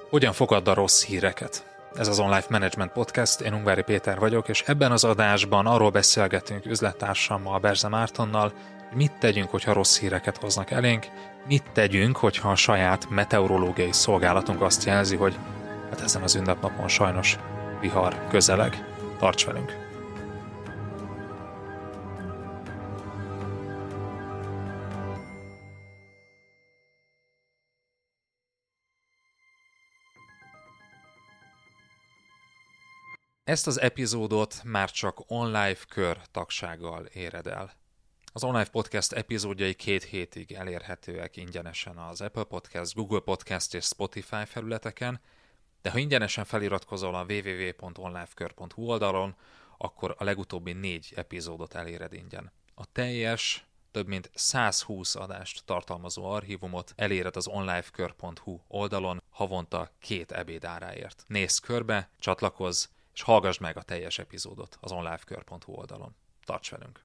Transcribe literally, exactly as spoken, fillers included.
Hogyan fogadd a rossz híreket? Ez az Online Management Podcast, én Ungvári Péter vagyok, és ebben az adásban arról beszélgetünk üzlettársammal, Berze Mártonnal, hogy mit tegyünk, hogyha rossz híreket hoznak elénk, mit tegyünk, hogyha a saját meteorológiai szolgálatunk azt jelzi, hogy hát ezen az ünnepnapon sajnos vihar közeleg. Tarts velünk! Ezt az epizódot már csak online kör tagsággal éred el. Az Online Podcast epizódjai két hétig elérhetőek ingyenesen az Apple Podcast, Google Podcast és Spotify felületeken, de ha ingyenesen feliratkozol a double-u double-u double-u pont onlifekör pont hu oldalon, akkor a legutóbbi négy epizódot eléred ingyen. A teljes, több mint százhúsz adást tartalmazó archívumot eléred az onlifekör pont hu oldalon havonta két ebéd áráért. Nézz körbe, csatlakozz, és hallgassd meg a teljes epizódot az onlifekör pont hu oldalon. Tarts velünk!